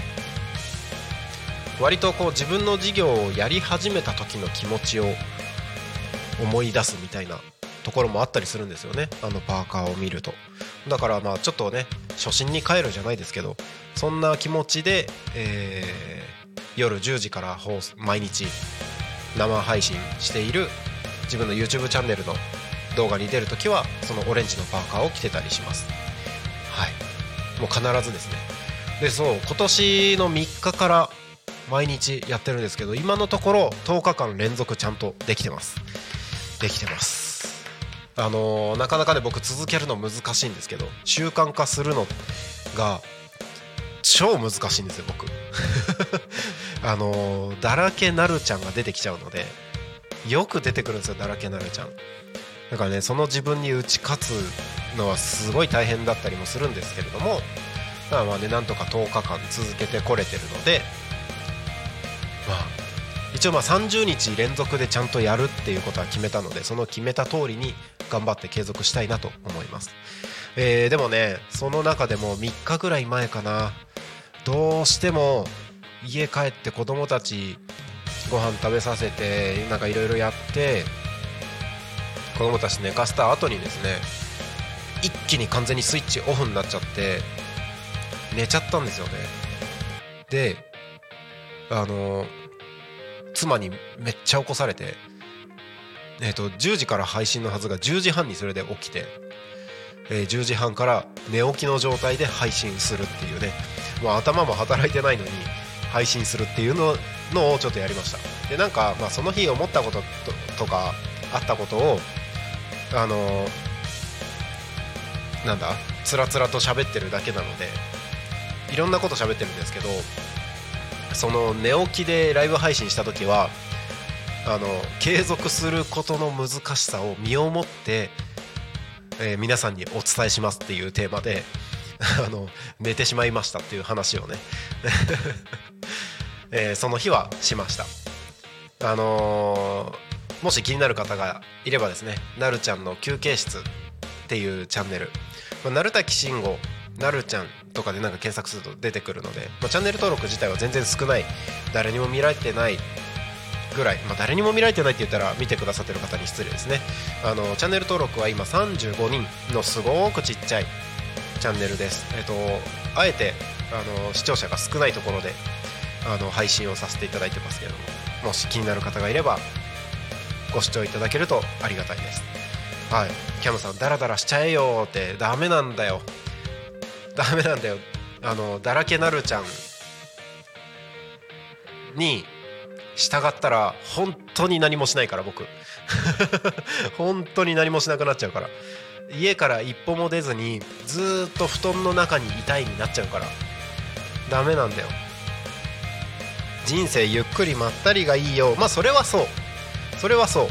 [SPEAKER 3] 割とこう自分の事業をやり始めた時の気持ちを思い出すみたいなところもあったりするんですよねあのパーカーを見ると。だからまあちょっとね初心に帰るじゃないですけどそんな気持ちで、えー、夜じゅうじから放送毎日生配信している自分の YouTube チャンネルの動画に出るときはそのオレンジのパーカーを着てたりします。はいもう必ずですね。でそう今年のみっかから毎日やってるんですけど、今のところとおかかん連続ちゃんとできてますできてますあのー、なかなかね僕続けるの難しいんですけど、習慣化するのが超難しいんですよ僕あのー、だらけなるちゃんが出てきちゃうので、よく出てくるんですよだらけなるちゃんだからね、その自分に打ち勝つのはすごい大変だったりもするんですけれども、まあまあね、なんとかとおかかん続けてこれてるので、まあ一応まあさんじゅうにち連続でちゃんとやるっていうことは決めたので、その決めた通りに頑張って継続したいなと思います。えー、でもね、その中でもみっかぐらい前かな、どうしても家帰って子供たちご飯食べさせてなんかいろいろやって子供たち寝かせた後にですね、一気に完全にスイッチオフになっちゃって寝ちゃったんですよね。であの妻にめっちゃ起こされて、えーとじゅうじから配信のはずがじゅうじはんにそれで起きて、えー、じゅうじはんから寝起きの状態で配信するっていうね、もう頭も働いてないのに配信するっていうののをちょっとやりました。でなんか、まあ、その日思ったこと と, とかあったことをあのー、なんだつらつらと喋ってるだけなので、いろんなこと喋ってるんですけど、その寝起きでライブ配信した時はあの継続することの難しさを身をもって、えー、皆さんにお伝えしますっていうテーマであの寝てしまいましたっていう話をね、えー、その日はしました。あのー、もし気になる方がいればですね、なるちゃんの休憩室っていうチャンネル、なるたきしんごなるちゃんとかでなんか検索すると出てくるので、まあ、チャンネル登録自体は全然少ない、誰にも見られてないぐらい、まあ、誰にも見られてないって言ったら見てくださってる方に失礼ですね。あのチャンネル登録は今さんじゅうごにんのすごくちっちゃいチャンネルです。えっとあえてあの視聴者が少ないところであの配信をさせていただいてますけれども、もし気になる方がいればご視聴いただけるとありがたいです。はい、キャムさんダラダラしちゃえよってダメなんだよダメなんだよあのだらけなるちゃんに従ったら本当に何もしないから僕本当に何もしなくなっちゃうから、家から一歩も出ずにずっと布団の中にいたいになっちゃうからダメなんだよ。人生ゆっくりまったりがいいよ。まあそれはそうそれはそう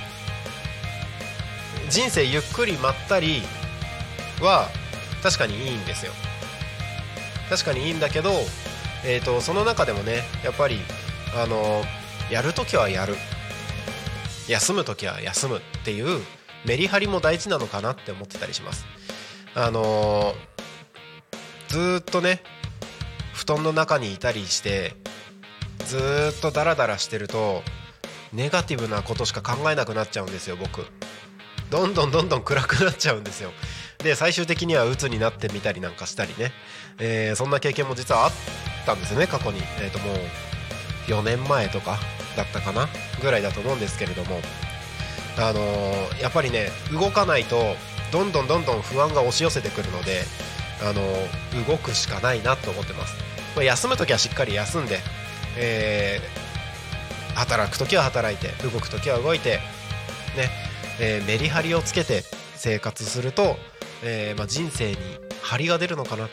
[SPEAKER 3] 人生ゆっくりまったりは確かにいいんですよ。確かにいいんだけど、えーと、その中でもねやっぱりあのやるときはやる、休むときは休むっていうメリハリも大事なのかなって思ってたりします。あのずーっとね布団の中にいたりしてずーっとダラダラしてるとネガティブなことしか考えなくなっちゃうんですよ。僕どんどんどんどん暗くなっちゃうんですよ。で最終的には鬱になってみたりなんかしたりね、えー、そんな経験も実はあったんですよね過去に。えーともうよねんまえとかだったかなぐらいだと思うんですけれども、あのー、やっぱりね動かないとどんどんどんどん不安が押し寄せてくるので、あのー、動くしかないなと思ってます。まあ、休むときはしっかり休んで、えー、働くときは働いて動くときは動いてね、えー、メリハリをつけて生活すると、えーまあ、人生に張りが出るのかなと、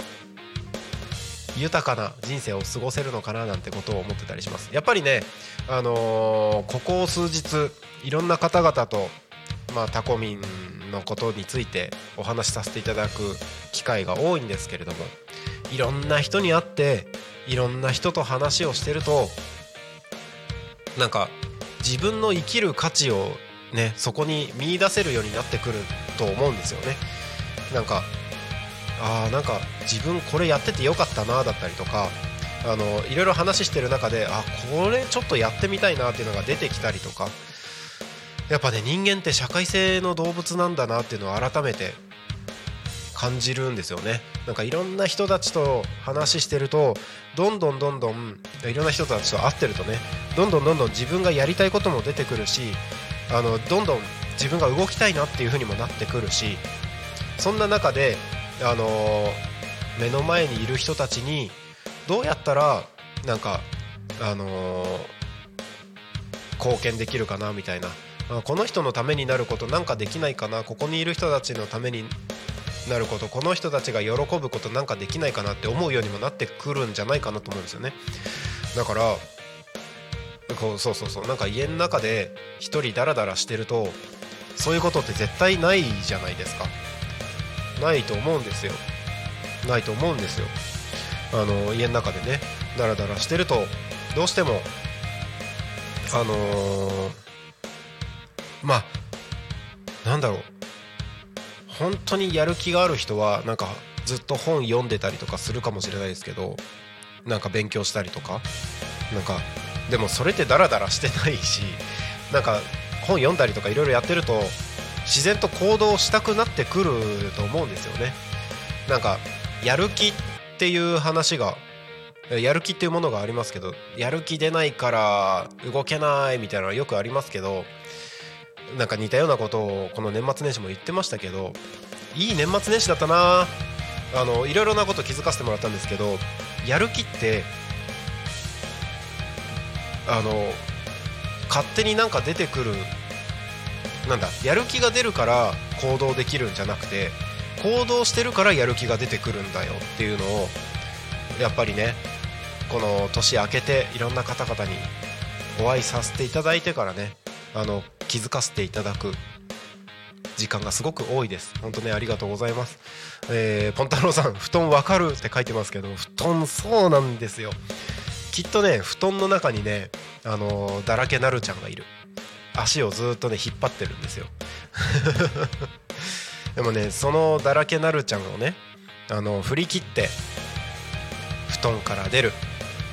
[SPEAKER 3] 豊かな人生を過ごせるのかななんてことを思ってたりします。やっぱりね、あのー、ここ数日いろんな方々と、まあ、タコミンのことについてお話しさせていただく機会が多いんですけれども、いろんな人に会っていろんな人と話をしてると、なんか自分の生きる価値をねそこに見出せるようになってくると思うんですよね。なんかあーなんか自分これやっててよかったなだったりとか、あのいろいろ話してる中であこれちょっとやってみたいなっていうのが出てきたりとか、やっぱね人間って社会性の動物なんだなっていうのを改めて感じるんですよね。なんかいろんな人たちと話してるとどんどんどんどんいろんな人たちと会ってるとねどんどんどんどん自分がやりたいことも出てくるし、あのどんどん自分が動きたいなっていう風にもなってくるし、そんな中で、あのー、目の前にいる人たちにどうやったらなんかあのー、貢献できるかなみたいな、あこの人のためになることなんかできないかな、ここにいる人たちのためになること、この人たちが喜ぶことなんかできないかなって思うようにもなってくるんじゃないかなと思うんですよね。だからこうそうそうそうなんか家の中で一人ダラダラしてるとそういうことって絶対ないじゃないですか。ないと思うんですよ。ないと思うんですよ。あの家の中でねダラダラしてるとどうしてもあのー、まあなんだろう、本当にやる気がある人はなんかずっと本読んでたりとかするかもしれないですけど、なんか勉強したりとかなんかでもそれってダラダラしてないし、なんか本読んだりとかいろいろやってると自然と行動したくなってくると思うんですよね。なんかやる気っていう話がやる気っていうものがありますけど、やる気出ないから動けないみたいなのよくありますけど、なんか似たようなことをこの年末年始も言ってましたけど、いい年末年始だったな。あのいろいろなこと気づかせてもらったんですけど、やる気ってあの勝手になんか出てくる、なんだやる気が出るから行動できるんじゃなくて、行動してるからやる気が出てくるんだよっていうのをやっぱりね、この年明けていろんな方々にお会いさせていただいてからね、あの気づかせていただく時間がすごく多いです。本当ねありがとうございます。えー、ポンタロウさん布団わかるって書いてますけど、布団そうなんですよ。きっとね布団の中にねあのだらけなるちゃんがいる。足をずっとね引っ張ってるんですよでもねそのだらけなるちゃんをねあの振り切って布団から出る、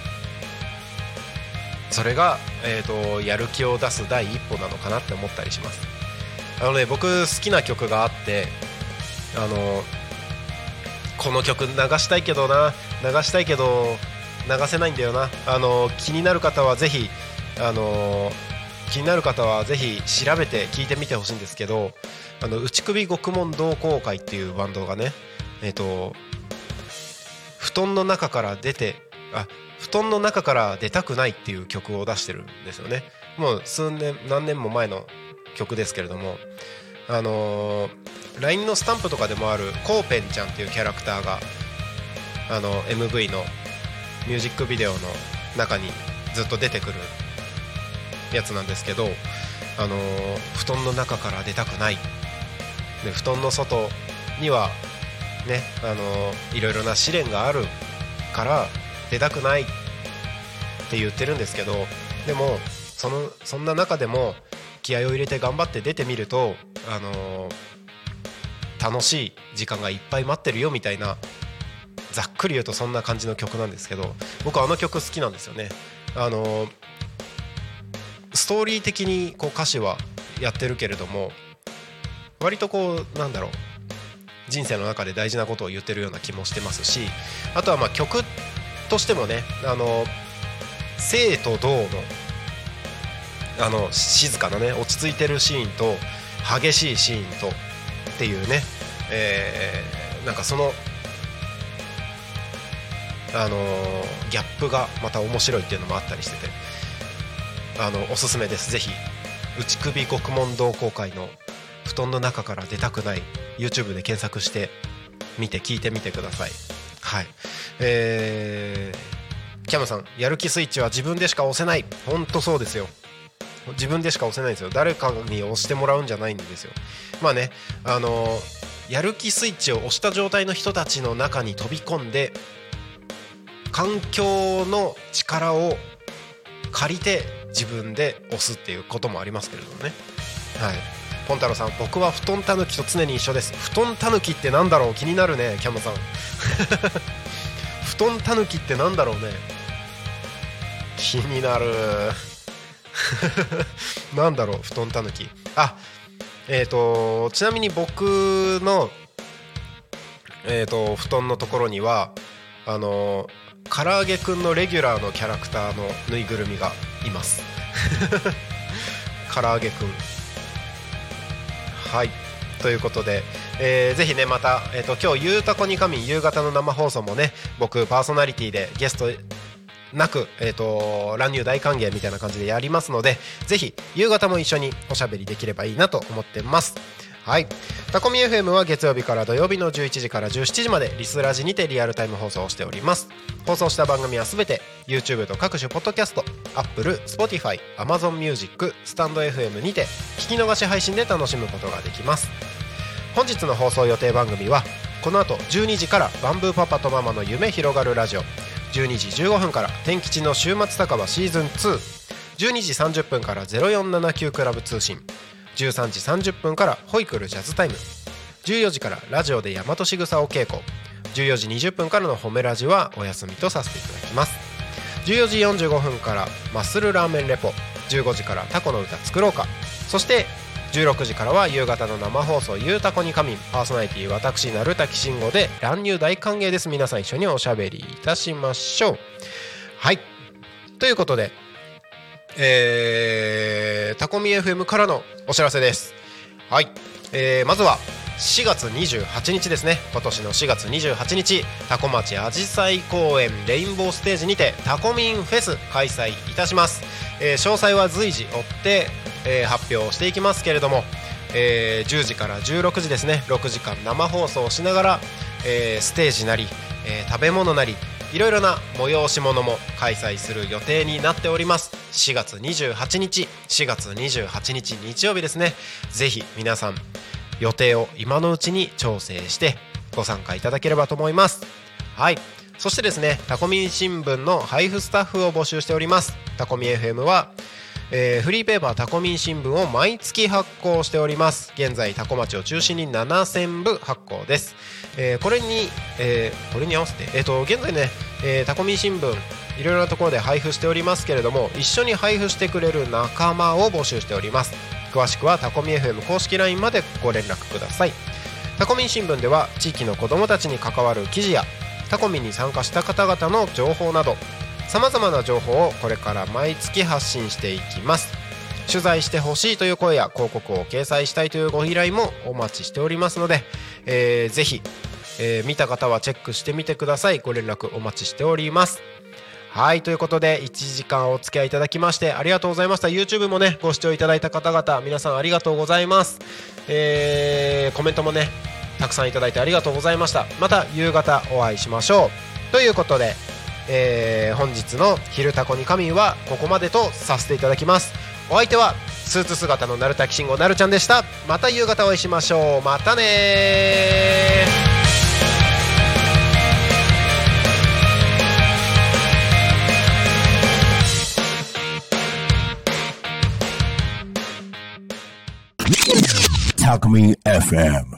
[SPEAKER 3] それが、えーと、やる気を出す第一歩なのかなって思ったりします。あのね僕好きな曲があって、あのこの曲流したいけどな流したいけど流せないんだよな。あの気になる方はぜひあの気になる方はぜひ調べて聞いてみてほしいんですけど、あの内首獄門同好会っていうバンドがね、えっと布団の中から出てあ布団の中から出たくないっていう曲を出してるんですよね。もう数年何年も前の曲ですけれども、あのー、ライン のスタンプとかでもあるコーペンちゃんっていうキャラクターがあの エムブイ のミュージックビデオの中にずっと出てくるやつなんですけど、あのー、布団の中から出たくないで、布団の外にはね、あのー、いろいろな試練があるから出たくないって言ってるんですけど、でもそのそんな中でも気合を入れて頑張って出てみると、あのー、楽しい時間がいっぱい待ってるよみたいな、ざっくり言うとそんな感じの曲なんですけど、僕はあの曲好きなんですよね。あのー、ストーリー的にこう歌詞はやってるけれども、割とこうなんだろう、人生の中で大事なことを言ってるような気もしてますし、あとはまあ曲としてもね、あの静と動のあの静かなね落ち着いてるシーンと激しいシーンとっていうね、えー、なんかそのあのギャップがまた面白いっていうのもあったりしてて、あのおすすめです。ぜひ内首獄門同好会の布団の中から出たくない YouTube で検索して見て聞いてみてください。はい、えー、キャムさん、やる気スイッチは自分でしか押せない。本当そうですよ。自分でしか押せないんですよ。誰かに押してもらうんじゃないんですよ。まあね、あのー、やる気スイッチを押した状態の人たちの中に飛び込んで環境の力を借りて自分で押すっていうこともありますけれどもね。はい、ポンタロさん、僕は布団たぬきと常に一緒です。布団たぬきってなんだろう、気になるねキャムさん布団たぬきってなんだろうね、気になるなんだろう布団たぬき。あ、えーとちなみに僕のえーと布団のところにはあの唐揚げくんのレギュラーのキャラクターのぬいぐるみがいます唐揚げくん。はい、ということで、えー、ぜひねまた、えーと今日ゆうたこにかみ夕方の生放送もね、僕パーソナリティでゲストなく、えー、と乱入大歓迎みたいな感じでやりますので、ぜひ夕方も一緒におしゃべりできればいいなと思ってます。はい、タコミ エフエム は月曜日から土曜日のじゅういちじからじゅうしちじまでリスラジにてリアルタイム放送をしております。放送した番組はすべて YouTube と各種ポッドキャスト、 Apple、Spotify、Amazon Music、スタンド エフエム にて聞き逃し配信で楽しむことができます。本日の放送予定番組はこの後じゅうにじからバンブーパパとママの夢広がるラジオ、じゅうにじじゅうごふんから天吉の週末酒場シーズンツー、じゅうにじさんじゅっぷんからゼロよんななきゅうクラブ通信、じゅうさんじさんじゅっぷんからホイクルジャズタイム、じゅうよじからラジオで大和しぐさお稽古、じゅうよじにじゅっぷんからの褒めラジはお休みとさせていただきます。じゅうよじよんじゅうごふんからマッスルラーメンレポ、じゅうごじからタコの歌作ろうか、そしてじゅうろくじからは夕方の生放送ゆうたこに仮眠、パーソナリティ私なるたきしんごで乱入大歓迎です。皆さん一緒におしゃべりいたしましょう。はい、ということでえー、タコミ エフエム からのお知らせです。はい、えー、まずはしがつにじゅうはちにちですね。今年のしがつにじゅうはちにち、タコ町あじさい公園レインボーステージにてタコミンフェス開催いたします。えー、詳細は随時追って、えー、発表していきますけれども、えー、じゅうじからじゅうろくじですね、ろくじかん生放送をしながら、えー、ステージなり、えー、食べ物なりいろいろな催し物も開催する予定になっております。しがつにじゅうはちにち、しがつにじゅうはちにち日曜日ですね。ぜひ皆さん予定を今のうちに調整してご参加いただければと思います。はい、そしてですね、タコミン新聞の配布スタッフを募集しております。タコミ エフエム は、えー、フリーペーパータコミン新聞を毎月発行しております。現在タコ町を中心にななせんぶ発行です。えー、これに、えー、これに合わせて、えー、と現在ね、えー、タコミン新聞いろいろなところで配布しておりますけれども、一緒に配布してくれる仲間を募集しております。詳しくはタコミ エフエム 公式 ライン までご連絡ください。タコミン新聞では地域の子どもたちに関わる記事やタコミンに参加した方々の情報などさまざまな情報をこれから毎月発信していきます。取材してほしいという声や広告を掲載したいというご依頼もお待ちしておりますので、えー、ぜひ、えー、見た方はチェックしてみてください。ご連絡お待ちしております。はい、ということでいちじかんお付き合いいただきましてありがとうございました。 YouTube もねご視聴いただいた方々皆さんありがとうございます。えー、コメントもねたくさんいただいてありがとうございました。また夕方お会いしましょうということで、えー、本日の昼タコに仮眠はここまでとさせていただきます。お相手はスーツ姿のなるたきしんごなるちゃんでした。また夕方お会いしましょう。またねー。
[SPEAKER 4] タコミン エフエム